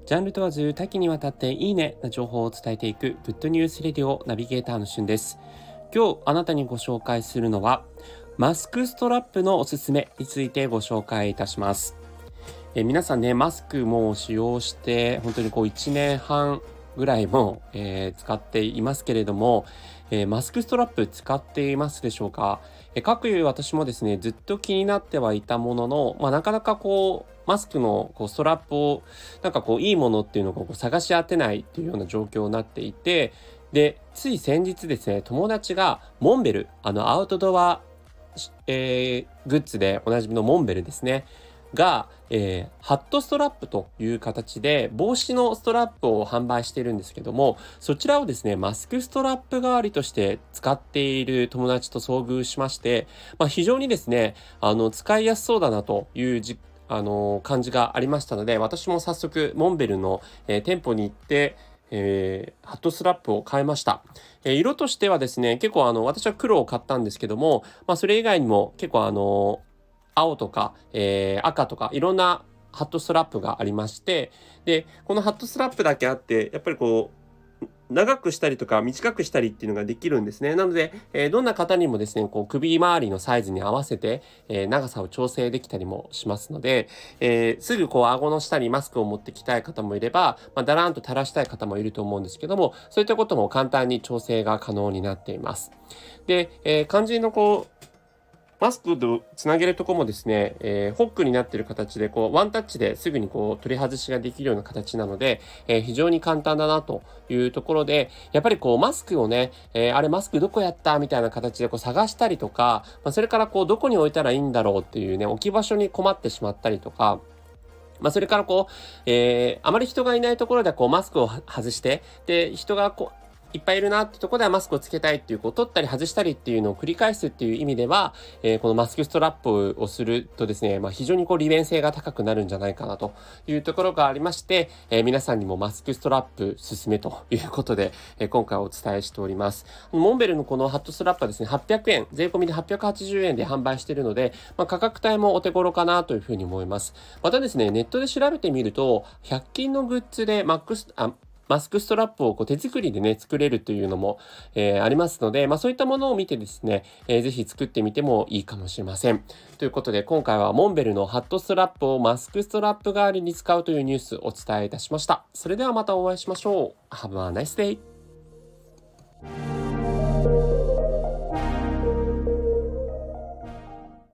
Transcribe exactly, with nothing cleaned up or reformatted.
ジャンル問わず多岐にわたっていいねな情報を伝えていくグッドニュースレディオナビゲーターのしゅんです。今日あなたにご紹介するのはマスクストラップのおすすめについてご紹介いたします。え皆さんね、マスクも使用して本当にこういちねんはんぐらいも、えー使っていますけれども、えーマスクストラップ使っていますでしょうか。えー、かくいう私もですねずっと気になってはいたものの、まあ、なかなかこうマスクのこうストラップをなんかこういいものっていうのをこう探し当てないっていうような状況になっていて、でつい先日ですね、友達がモンベル、あのアウトドア、えーグッズでおなじみのモンベルですねが、えーハットストラップという形で帽子のストラップを販売しているんですけども、そちらをですねマスクストラップ代わりとして使っている友達と遭遇しまして、まあ、非常にですねあの使いやすそうだなというじあの感じがありましたので、私も早速モンベルの、えー店舗に行ってえーハットストラップを買いました。えー色としてはですね結構あの私は黒を買ったんですけども、まあ、それ以外にも結構あの青とか、えー赤とかいろんなハットストラップがありまして、でこのハットストラップだけあってやっぱりこう長くしたりとか短くしたりっていうのができるんですね。なので、えーどんな方にもですねこう首周りのサイズに合わせて、えー長さを調整できたりもしますので、えーすぐこう顎の下にマスクを持ってきたい方もいれば、まあ、だらんと垂らしたい方もいると思うんですけども、そういったことも簡単に調整が可能になっています。で、えー肝心のこうマスクとつなげるところもですね、えーホックになっている形で、こう、ワンタッチですぐにこう、取り外しができるような形なので、えー非常に簡単だなというところで、やっぱりこう、マスクをね、えーあれマスクどこやったみたいな形でこう探したりとか、まあ、それからこう、どこに置いたらいいんだろうっていうね、置き場所に困ってしまったりとか、まあ、それからこう、えーあまり人がいないところでこうマスクをは外して、で、人がこう、いっぱいいるなってところではマスクをつけたいっていう、こう、取ったり外したりっていうのを繰り返すっていう意味では、えーこのマスクストラップをするとですね、まあ、非常にこう、利便性が高くなるんじゃないかなというところがありまして、えー皆さんにもマスクストラップ勧めということで、えー今回お伝えしております。モンベルのこのハットストラップはですね、はっぴゃくえん、税込みではっぴゃくはちじゅうえんで販売しているので、まあ、価格帯もお手頃かなというふうに思います。またですね、ネットで調べてみると、ひゃく均のグッズでマックス、あ、マスクストラップをこう手作りでね、作れるというのも、えーありますので、まあそういったものを見てですね、えーぜひ作ってみてもいいかもしれません。ということで、今回はモンベルのハットストラップをマスクストラップ代わりに使うというニュースをお伝えいたしました。それではまたお会いしましょう。Have a nice day!